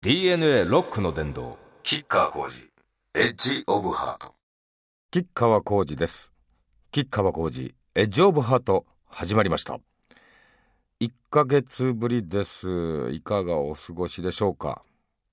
DNA ロックの殿堂、吉川晃司、エッジオブハート。吉川晃司です。吉川晃司、エッジオブハート始まりました。1ヶ月ぶりです。いかがお過ごしでしょうか。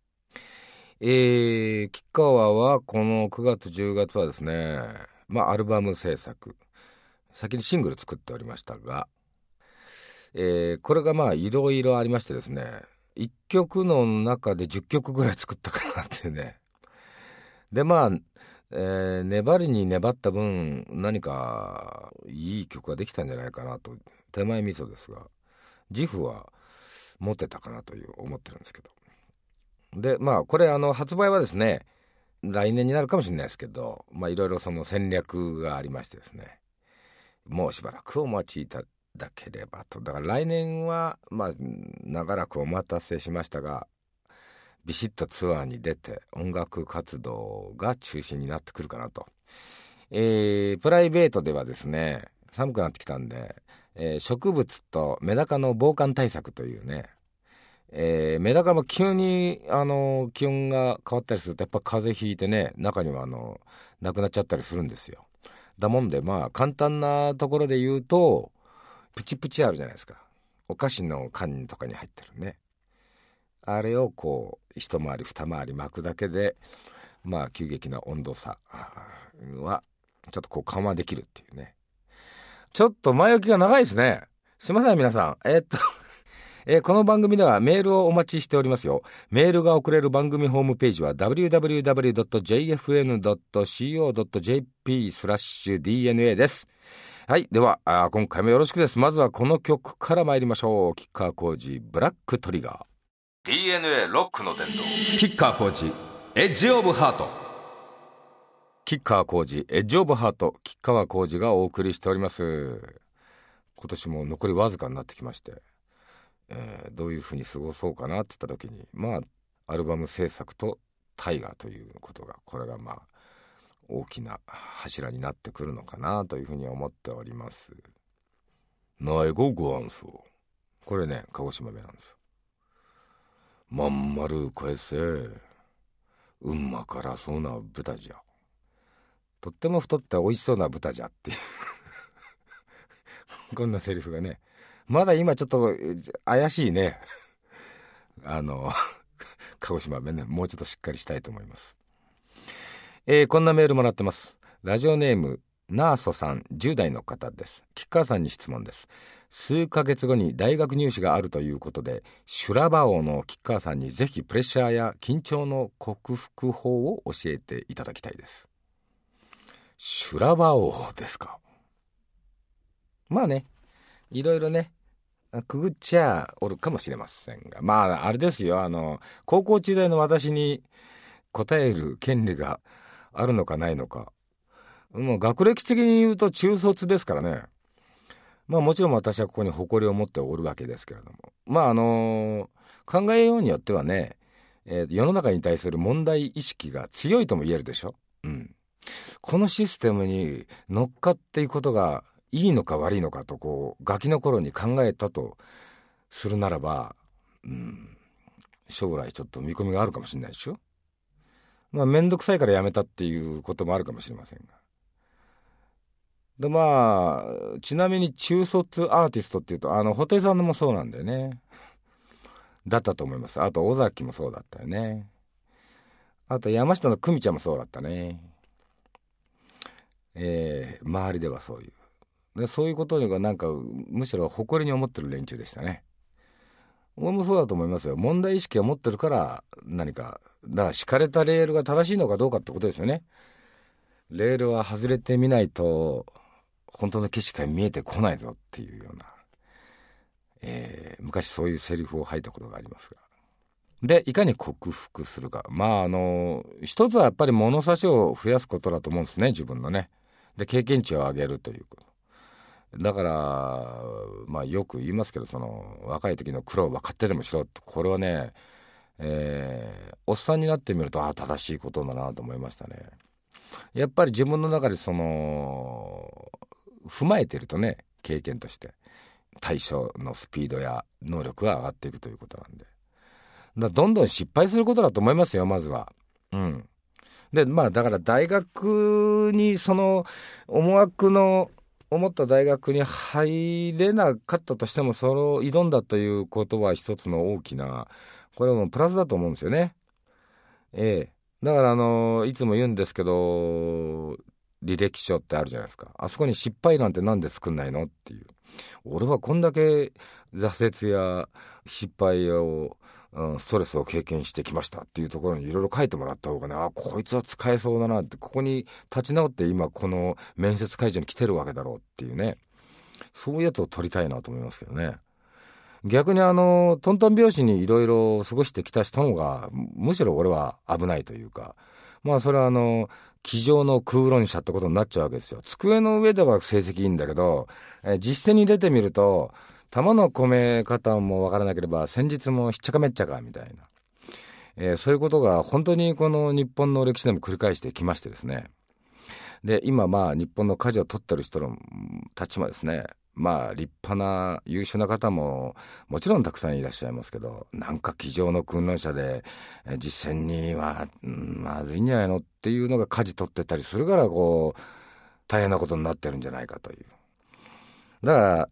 吉川はこの9月10月はですね、アルバム制作、先にシングル作っておりましたが、これがいろいろありましてですね、1曲の中で10曲ぐらい作ったかなっていうね。で粘りに粘った分何かいい曲ができたんじゃないかなと手前味噌ですが、自負は持てたかなと思ってるんですけど、でこれ発売はですね来年になるかもしれないですけど、いろいろその戦略がありましてですね、もうしばらくお待ちいただければと。だから来年は長らくお待たせしましたが、ビシッとツアーに出て音楽活動が中心になってくるかなと。プライベートではですね、寒くなってきたんで、植物とメダカの防寒対策というね、メダカも急に気温が変わったりするとやっぱ風邪ひいてね、中には亡くなっちゃったりするんですよ。だもんで簡単なところで言うと、プチプチあるじゃないですか、お菓子の缶とかに入ってるね、あれをこう一回り二回り巻くだけで急激な温度差はちょっとこう緩和できるっていうね。ちょっと前置きが長いですね。すいません皆さん。この番組ではメールをお待ちしておりますよ。メールが送れる番組ホームページは www.jfn.co.jp/DNA です。はい、では今回もよろしくです。まずはこの曲から参りましょう。吉川晃司、ブラックトリガー。 DNA ロックの殿堂、吉川晃司、エッジオブハート。吉川晃司、エッジオブハート、吉川晃司がお送りしております。今年も残りわずかになってきまして、どういうふうに過ごそうかなって言った時に、アルバム制作と大河ということが、これが大きな柱になってくるのかなというふうに思っております。ないごごあんそう。これね、鹿児島弁なんですよ。まん丸返せ、うんまからそうな豚じゃ、とっても太って美味しそうな豚じゃっていうこんなセリフがね、まだ今ちょっと怪しいね鹿児島弁ね、もうちょっとしっかりしたいと思います。こんなメールもらってます。ラジオネームナーソさん、10代の方です。吉川さんに質問です。数ヶ月後に大学入試があるということで、修羅場王の吉川さんにぜひプレッシャーや緊張の克服法を教えていただきたいです。修羅場王ですか。いろいろねくぐっちゃおるかもしれませんが、あれですよ、高校時代の私に答える権利があるのかないのか。もう学歴的に言うと中卒ですからね。もちろん私はここに誇りを持っておるわけですけれども、考えようによってはね、世の中に対する問題意識が強いとも言えるでしょ。このシステムに乗っかっていくことがいいのか悪いのかとガキの頃に考えたとするならば、将来ちょっと見込みがあるかもしれないでしょ。めんどくさいからやめたっていうこともあるかもしれませんが。でちなみに中卒アーティストっていうと布袋さんのもそうなんだよね。だったと思います。あと尾崎もそうだったよね。あと山下の久美ちゃんもそうだったね。周りではそういうで、そういうことがむしろ誇りに思ってる連中でしたね。俺もそうだと思いますよ。問題意識を持ってるから何かだから、敷かれたレールが正しいのかどうかってことですよね。レールは外れてみないと本当の景色が見えてこないぞっていうような、昔そういうセリフを吐いたことがありますが、でいかに克服するか。一つはやっぱり物差しを増やすことだと思うんですね、自分のね。で経験値を上げるということだから、よく言いますけど、その若い時の苦労は勝手でもしろって、これはね、おっさんになってみると正しいことだなと思いましたね。やっぱり自分の中で踏まえてるとね、経験として対処のスピードや能力が上がっていくということなんで、 どんどん失敗することだと思いますよ、まずは。でだから大学にその思惑の思った大学に入れなかったとしても、それを挑んだということは一つの大きな、これもプラスだと思うんですよね。だからいつも言うんですけど、履歴書ってあるじゃないですか。あそこに失敗なんてなんで作んないのっていう。俺はこんだけ挫折や失敗を、ストレスを経験してきましたっていうところにいろいろ書いてもらった方がね、こいつは使えそうだなって、ここに立ち直って今この面接会場に来てるわけだろうっていうね、そういうやつを取りたいなと思いますけどね。逆にトントン拍子にいろいろ過ごしてきた人の方がむしろ俺は危ないというか、それは机上の空論者ってことになっちゃうわけですよ。机の上では成績いいんだけど、実践に出てみると球の込め方もわからなければ戦術もひっちゃかめっちゃかみたいな、そういうことが本当にこの日本の歴史でも繰り返してきましてですね。で今日本の舵を取ってる人たちもですね、立派な優秀な方ももちろんたくさんいらっしゃいますけど、なんか机上の訓練者で実践にはまずいんじゃないのっていうのが舵取ってたりするから、こう大変なことになってるんじゃないかという。だから、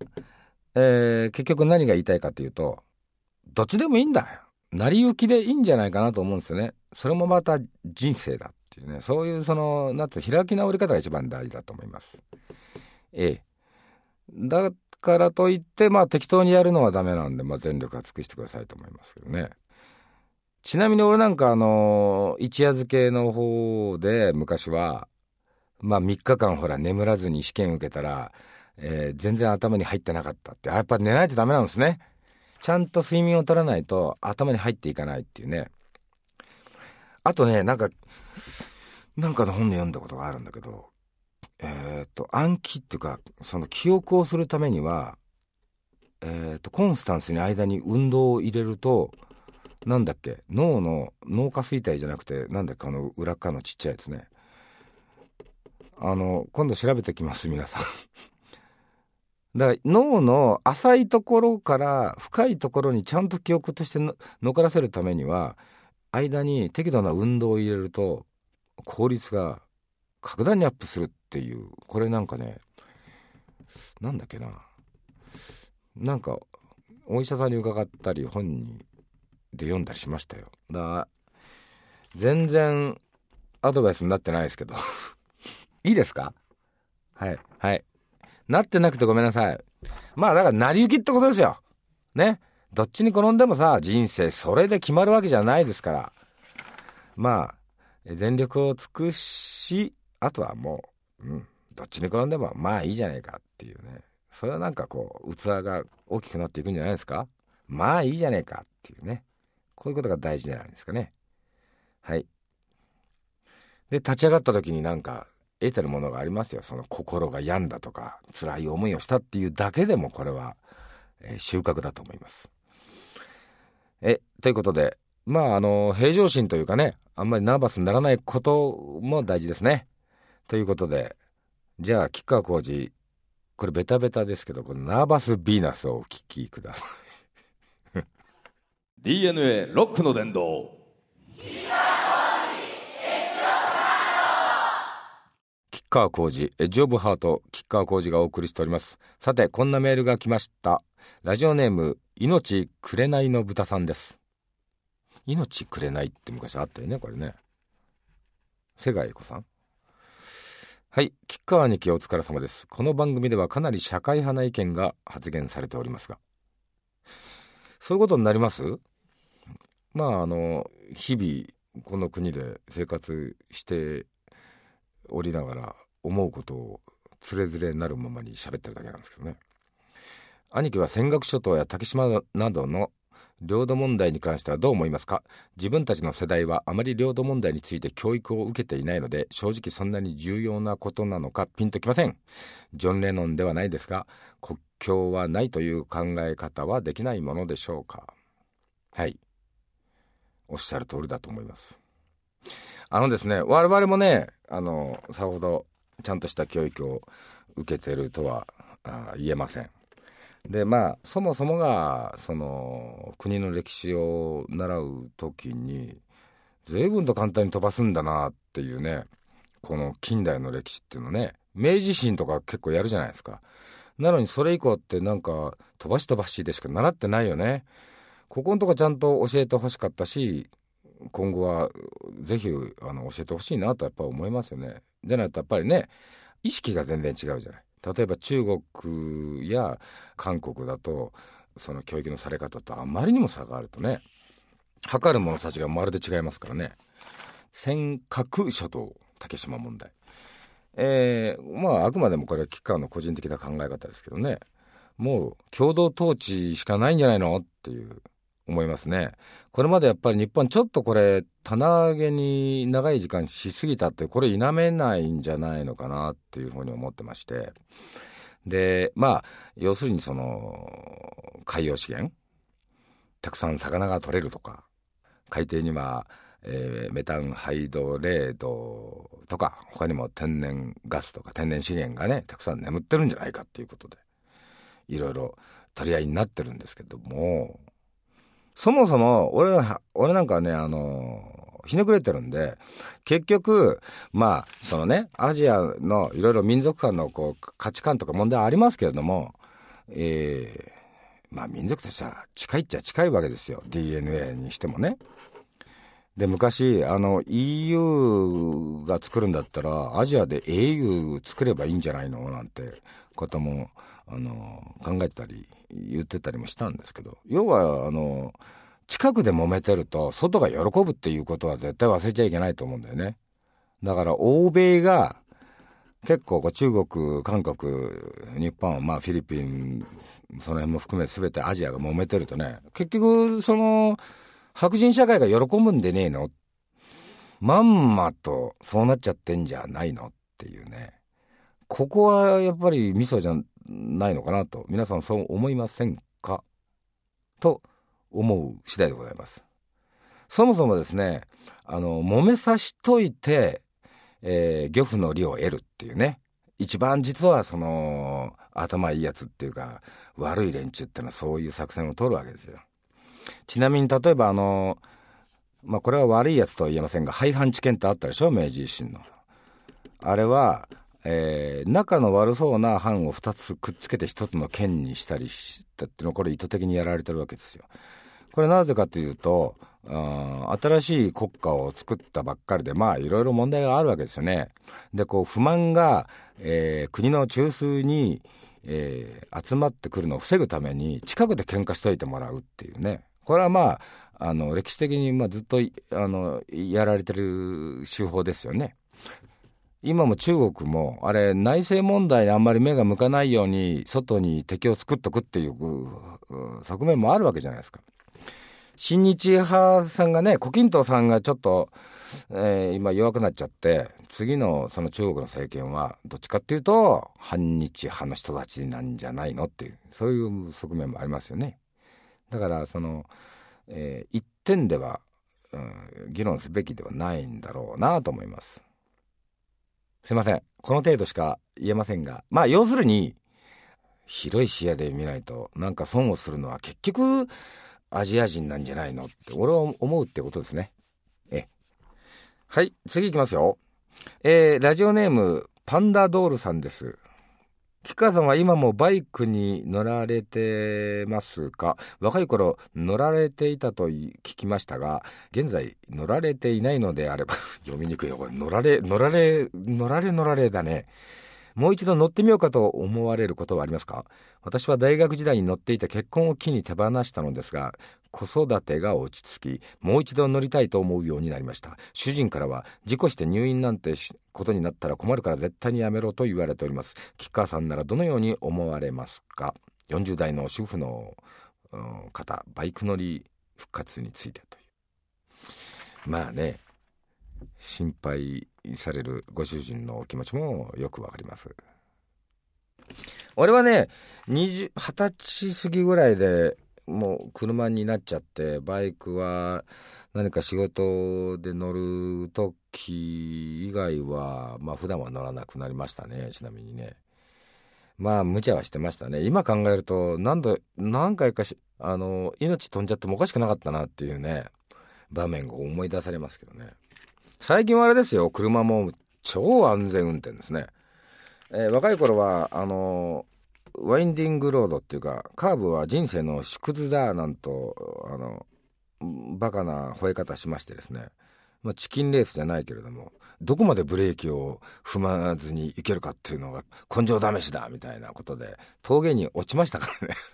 結局何が言いたいかというと、どっちでもいいんだよ、成り行きでいいんじゃないかなと思うんですよね。それもまた人生だっていうね、そういうなんて開き直り方が一番大事だと思います。だからといって適当にやるのはダメなんで、全力は尽くしてくださいと思いますけどね。ちなみに俺なんか一夜漬けの方で昔は3日間ほら眠らずに試験受けたら、全然頭に入ってなかったって。やっぱ寝ないとダメなんですね。ちゃんと睡眠を取らないと頭に入っていかないっていうね。あとね、なんかの本で読んだことがあるんだけど、暗記っていうかその記憶をするためには、コンスタンスに間に運動を入れると、脳の脳下垂体じゃなくて裏側のちっちゃいやつね。今度調べてきます皆さん。だから脳の浅いところから深いところにちゃんと記憶として残らせるためには、間に適度な運動を入れると効率が格段にアップするっていう。これなんかお医者さんに伺ったり本で読んだりしましたよ。だから全然アドバイスになってないですけどいいですか？はいなってなくてごめんなさい。だから成り行きってことですよね。どっちに転んでもさ、人生それで決まるわけじゃないですから、全力を尽くし、あとはもう、どっちに転んでもいいじゃないかっていうね。それは器が大きくなっていくんじゃないですか。いいじゃないかっていうね。こういうことが大事なんですかね。はい。で立ち上がった時に得てるものがありますよ。その心が病んだとか辛い思いをしたっていうだけでもこれは、収穫だと思います。ということで平常心というかね、あんまりナーバスにならないことも大事ですね。ということで、じゃあ吉川晃司、これベタベタですけど、このナーバスヴィーナスをお聴きください DNA ロックの殿堂、 吉川晃司エッジオブハート、吉川晃司がお送りしております。さて、こんなメールが来ました。ラジオネーム命くれないの豚さんです。命くれないって昔あったよね、これね。瀬川栄子さん。はい、吉川兄貴お疲れ様です。この番組ではかなり社会派な意見が発言されておりますが、そういうことになります？日々この国で生活しておりながら思うことをつれづれなるままに喋ってるだけなんですけどね。兄貴は尖閣諸島や竹島などの領土問題に関してはどう思いますか？自分たちの世代はあまり領土問題について教育を受けていないので、正直そんなに重要なことなのかピンときません。ジョン・レノンではないですが、国境はないという考え方はできないものでしょうか？はい、おっしゃる通りだと思います。ですね、我々もね、さほどちゃんとした教育を受けているとは言えません。 でそもそもがその国の歴史を習う時に随分と簡単に飛ばすんだなっていうね、この近代の歴史っていうのね、明治維新とか結構やるじゃないですか。なのにそれ以降ってなんか飛ばしでしか習ってないよね。ここのとこちゃんと教えてほしかったし、今後はぜひ教えてほしいなとやっぱ思いますよね。じゃないとやっぱりね、意識が全然違うじゃない。例えば中国や韓国だとその教育のされ方とあまりにも差があるとね、測る物差しがまるで違いますからね。尖閣諸島竹島問題、あくまでもこれは吉川の個人的な考え方ですけどね、もう共同統治しかないんじゃないのっていう思いますね。これまでやっぱり日本ちょっとこれ棚上げに長い時間しすぎたって、これ否めないんじゃないのかなっていうふうに思ってまして、で要するにその海洋資源たくさん魚が取れるとか、海底には、メタンハイドレードとか他にも天然ガスとか天然資源がねたくさん眠ってるんじゃないかっていうことでいろいろ取り合いになってるんですけども、そもそも俺なんかはねひねくれてるんで、結局そのねアジアのいろいろ民族間のこう価値観とか問題ありますけれども、民族としては近いっちゃ近いわけですよ、 DNA にしてもね。で昔EU が作るんだったらアジアで AU 作ればいいんじゃないのなんてことも考えてたり言ってたりもしたんですけど、要は近くで揉めてると外が喜ぶっていうことは絶対忘れちゃいけないと思うんだよね。だから欧米が結構中国韓国日本フィリピンその辺も含め全てアジアが揉めてるとね、結局その白人社会が喜ぶんでねえの、まんまとそうなっちゃってんじゃないのっていうね、ここはやっぱりミソじゃないのかなと、皆さんそう思いませんかと思う次第でございます。そもそもですね揉めさしといて、漁夫の利を得るっていうね、一番実はその頭いいやつっていうか悪い連中ってのはそういう作戦を取るわけですよ。ちなみに例えばこれは悪いやつとは言えませんが、廃藩置県ってあったでしょ、明治維新の。あれは、仲の悪そうな藩を2つくっつけて1つの県にしたりしたっていうのはこれ意図的にやられてるわけですよ。これなぜかというと新しい国家を作ったばっかりでいろいろ問題があるわけですよね。で不満が、国の中枢に、集まってくるのを防ぐために近くで喧嘩しといてもらうっていうね、これは歴史的にずっとやられてる手法ですよね。今も中国もあれ内政問題にあんまり目が向かないように外に敵を作っとくっていう側面もあるわけじゃないですか。親日派さんがね、胡錦涛さんがちょっと、今弱くなっちゃって、次のその中国の政権はどっちかっていうと反日派の人たちなんじゃないのっていう、そういう側面もありますよね。だからその、一点では、議論すべきではないんだろうなと思います。すいません、この程度しか言えませんが、要するに広い視野で見ないとなんか損をするのは結局アジア人なんじゃないのって俺は思うってことですね。はい、次いきますよ。ラジオネームパンダドールさんです。吉川さんは今もバイクに乗られてますか？若い頃乗られていたと聞きましたが、現在乗られていないのであれば読みにくいよこれ、乗られだね。もう一度乗ってみようかと思われることはありますか？私は大学時代に乗っていた結婚を機に手放したのですが、子育てが落ち着き、もう一度乗りたいと思うようになりました。主人からは事故して入院なんてことになったら困るから絶対にやめろと言われております。吉川さんならどのように思われますか？40代の主婦の方、バイク乗り復活についてという。心配されるご主人のお気持ちもよくわかります。俺はね20歳過ぎぐらいでもう車になっちゃって、バイクは何か仕事で乗る時以外は普段は乗らなくなりましたね。ちなみにね、 まあ無茶はしてましたね。今考えると何回か命飛んじゃってもおかしくなかったなっていうね場面が思い出されますけどね。最近はあれですよ、車も超安全運転ですね。若い頃はワインディングロードっていうかカーブは人生の縮図だなんとバカな吠え方しましてですね、まあ、チキンレースじゃないけれどもどこまでブレーキを踏まずにいけるかっていうのが根性試しだみたいなことで峠に落ちました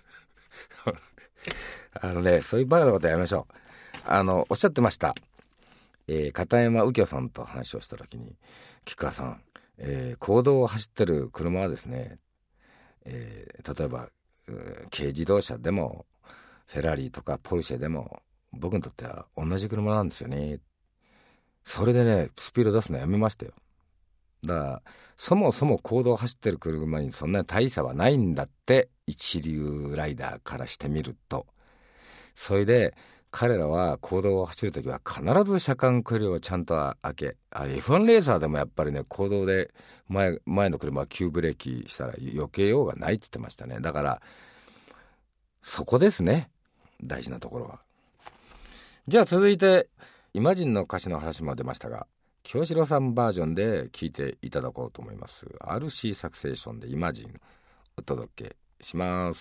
からねそういうバカなことやめましょう。おっしゃってました、片山右京さんと話をした時に、吉川さん、公道を走ってる車はですね、例えば、軽自動車でもフェラーリとかポルシェでも僕にとっては同じ車なんですよね。それでねスピード出すのやめましたよ。だからそもそも公道を走ってる車にそんなに大差はないんだって、一流ライダーからしてみると。それで彼らは公道を走るときは必ず車間距離をちゃんと開け、F1 レーサーでもやっぱりね公道で前の車は急ブレーキしたら避けようがないって言ってましたね。だからそこですね、大事なところは。じゃあ続いてイマジンの歌詞の話も出ましたが、清志郎さんバージョンで聴いていただこうと思います。 RC サクセーションでイマジンお届けします。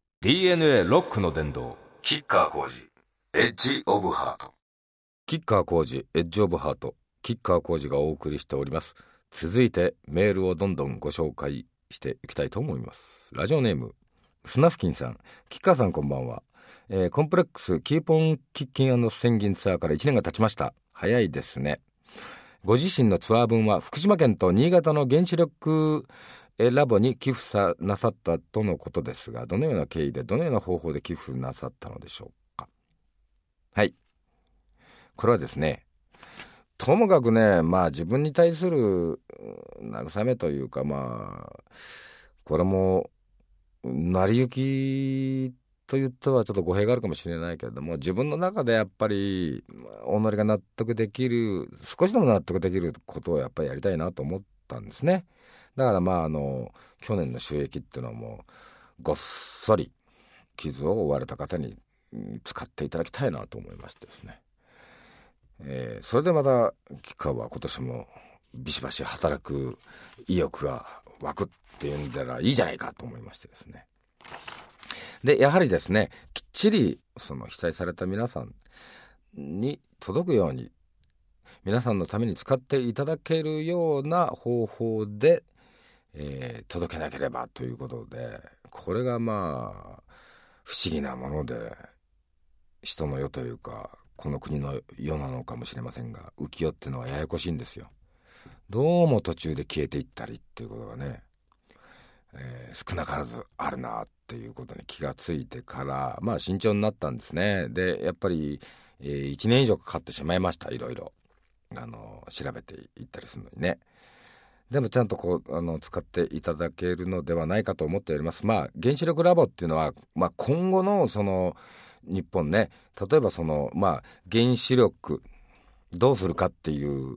DNA ロックの殿堂、 吉川晃司エッジオブハート。吉川晃司エッジオブハート、吉川晃司がお送りしております。続いてメールをどんどんご紹介していきたいと思います。ラジオネームスナフキンさん、吉川さんこんばんは。コンプレックスキーポンキッキン&スセンギンツアーから1年が経ちました。早いですね。ご自身のツアー分は福島県と新潟の原子力ラボに寄付なさったとのことですが、どのような経緯でどのような方法で寄付なさったのでしょうか。はい、これはですね、ともかくね、まあ自分に対する慰めというか、まあこれも成り行きと言ってはちょっと語弊があるかもしれないけれども、自分の中でやっぱり己が納得できる、少しでも納得できることをやっぱりやりたいなと思ったんですね。だからまあ去年の収益っていうのはもうごっそり傷を負われた方に使っていただきたいなと思いましてですね、それでまた吉川は今年もビシバシ働く意欲が湧くっていうんならいいじゃないかと思いましてですね。でやはりですね、きっちりその被災された皆さんに届くように、皆さんのために使っていただけるような方法で、届けなければということで、これがまあ不思議なもので、人の世というかこの国の世なのかもしれませんが、浮世っていうのはややこしいんですよ。どうも途中で消えていったりっていうことがね、少なからずあるなっていうことに気がついてから、まあ慎重になったんですね。でやっぱり、1年以上かかってしまいました。いろいろ調べていったりするのにね。でもちゃんと使っていただけるのではないかと思っております。まあ原子力ラボっていうのは、まあ、今後の日本ね、例えば原子力どうするかっていう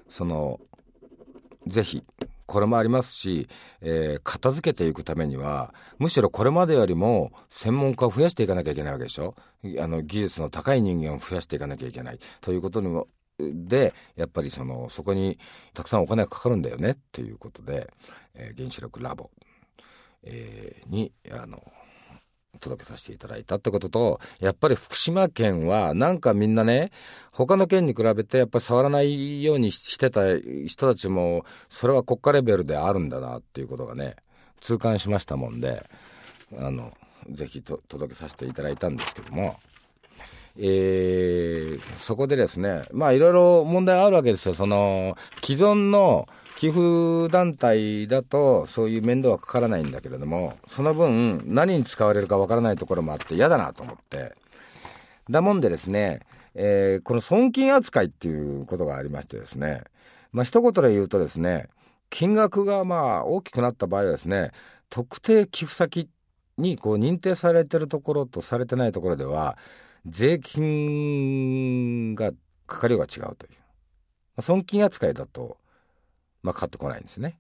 ぜひこれもありますし、片付けていくためにはむしろこれまでよりも専門家を増やしていかなきゃいけないわけでしょ。技術の高い人間を増やしていかなきゃいけないということにもで、やっぱりそこにたくさんお金がかかるんだよねっていうことで、原子力ラボ、に届けさせていただいたってことと、やっぱり福島県はなんかみんなね、他の県に比べてやっぱり触らないようにしてた人たちも、それは国家レベルであるんだなっていうことがね痛感しましたもんで、ぜひ届けさせていただいたんですけども、そこでですね、まあいろいろ問題あるわけですよ。既存の寄付団体だとそういう面倒はかからないんだけれども、その分何に使われるかわからないところもあって嫌だなと思って、だもんでですね、この損金扱いっていうことがありましてですね、まあ一言で言うとですね、金額がまあ大きくなった場合はですね、特定寄付先に認定されてるところとされてないところでは税金がかかりようが違うという、損金扱いだとかかってこないんですね。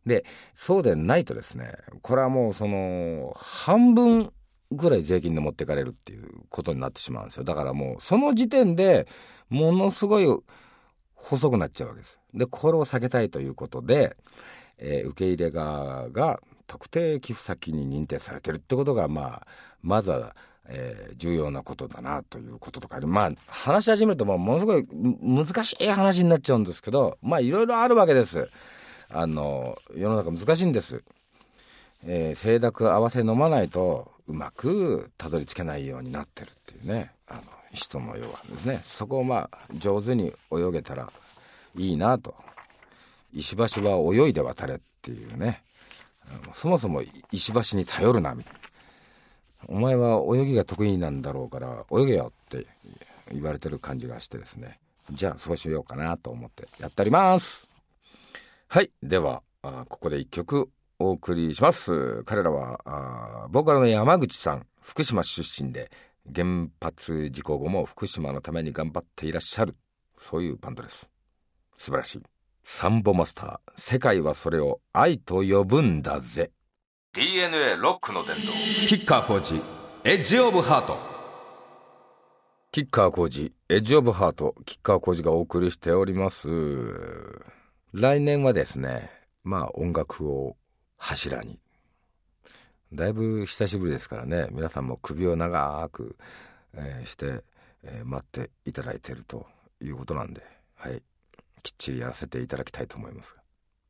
でそうでないとですね、これはもうその半分ぐらい税金で持ってかれるっていうことになってしまうんですよ。だからもうその時点でものすごい細くなっちゃうわけです。でこれを避けたいということで、受け入れ側が特定寄付先に認定されてるってことが、まずは、重要なことだなということとか、話し始めるとものすごい難しい話になっちゃうんですけど、いろいろあるわけです。世の中難しいんです。清濁合わせ飲まないとうまくたどり着けないようになってるっていうね、人のようなんですね。そこを上手に泳げたらいいなと。石橋は泳いで渡れっていうね、そもそも石橋に頼るなみたいな、お前は泳ぎが得意なんだろうから泳げよって言われてる感じがしてですね、じゃあそうしようかなと思ってやっております。はい、ではここで一曲お送りします。彼らはボーカルの山口さん、福島出身で原発事故後も福島のために頑張っていらっしゃる、そういうバンドです。素晴らしい。サンボマスター、世界はそれを愛と呼ぶんだぜ。 DNA ロックの伝道、キッカーコーチエッジオブハート。 キッカー工事エッジオブハート、キッカー工事がお送りしております。来年はですね、音楽を柱に、だいぶ久しぶりですからね、皆さんも首を長く、して、待っていただいているということなんで、はい、きっちりやらせていただきたいと思います。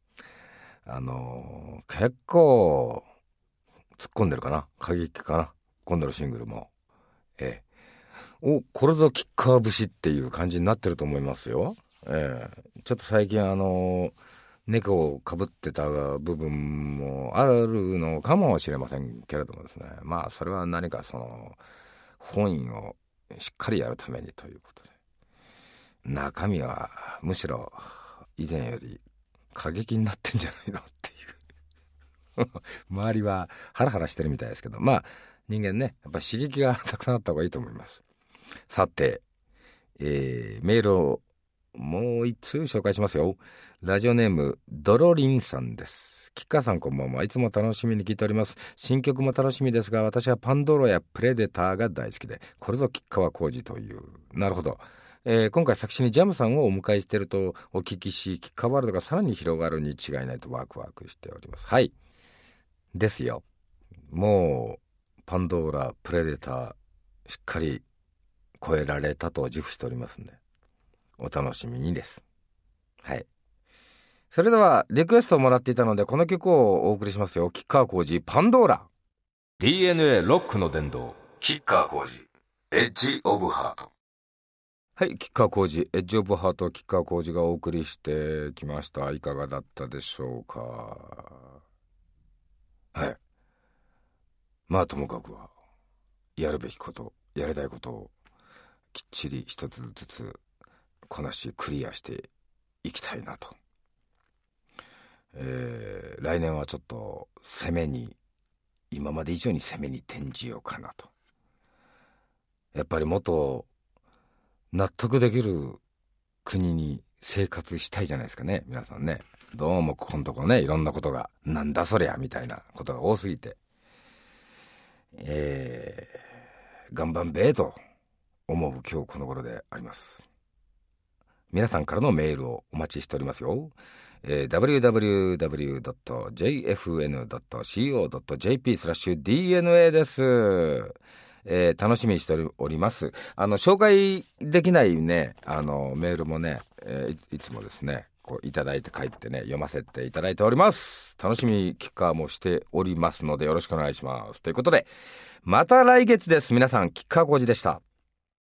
結構突っ込んでるかな、過激かな、今度のシングルも、これぞキッカー節っていう感じになってると思いますよ。ちょっと最近猫をかぶってた部分もあるのかもしれませんけれどもですね、それは何かその本意をしっかりやるためにということで、中身はむしろ以前より過激になってんじゃないのっていう周りはハラハラしてるみたいですけど、人間ね、やっぱり刺激がたくさんあった方がいいと思います。さて、メールをもう一通紹介しますよ。ラジオネームドロリンさんです。キッカーさんこんばんは。いつも楽しみに聞いております。新曲も楽しみですが、私はパンドーラやプレデターが大好きで、これぞ吉川晃司という。なるほど。今回作詞にジャムさんをお迎えしているとお聞きし、キッカーワールドがさらに広がるに違いないとワクワクしております。はいですよ。もうパンドーラプレデターしっかり超えられたと自負しておりますんで、お楽しみにです。はい、それではリクエストをもらっていたのでこの曲をお送りしますよ。キッカー工事パンドーラ。 DNA ロックの伝道、キッカー工事エッジオブハート。 はい、キッカー工事エッジオブハート、キッカー工事がお送りしてきました。いかがだったでしょうか。はい、ともかくはやるべきこと、やりたいことをきっちり一つずつこなしクリアしていきたいなと。来年はちょっと攻めに、今まで以上に攻めに転じようかなと。やっぱりもっと納得できる国に生活したいじゃないですかね、皆さんね。どうもここのとこね、いろんなことがなんだそりゃみたいなことが多すぎて、頑張んべえと思う今日この頃であります。皆さんからのメールをお待ちしておりますよ。www.jfn.co.jp/DNA です。楽しみにしております。紹介できないね、メールもね、いつもですねこういただいて帰ってね読ませていただいております。楽しみキッカーもしておりますのでよろしくお願いします。ということでまた来月です。皆さん、キッカー工事でした。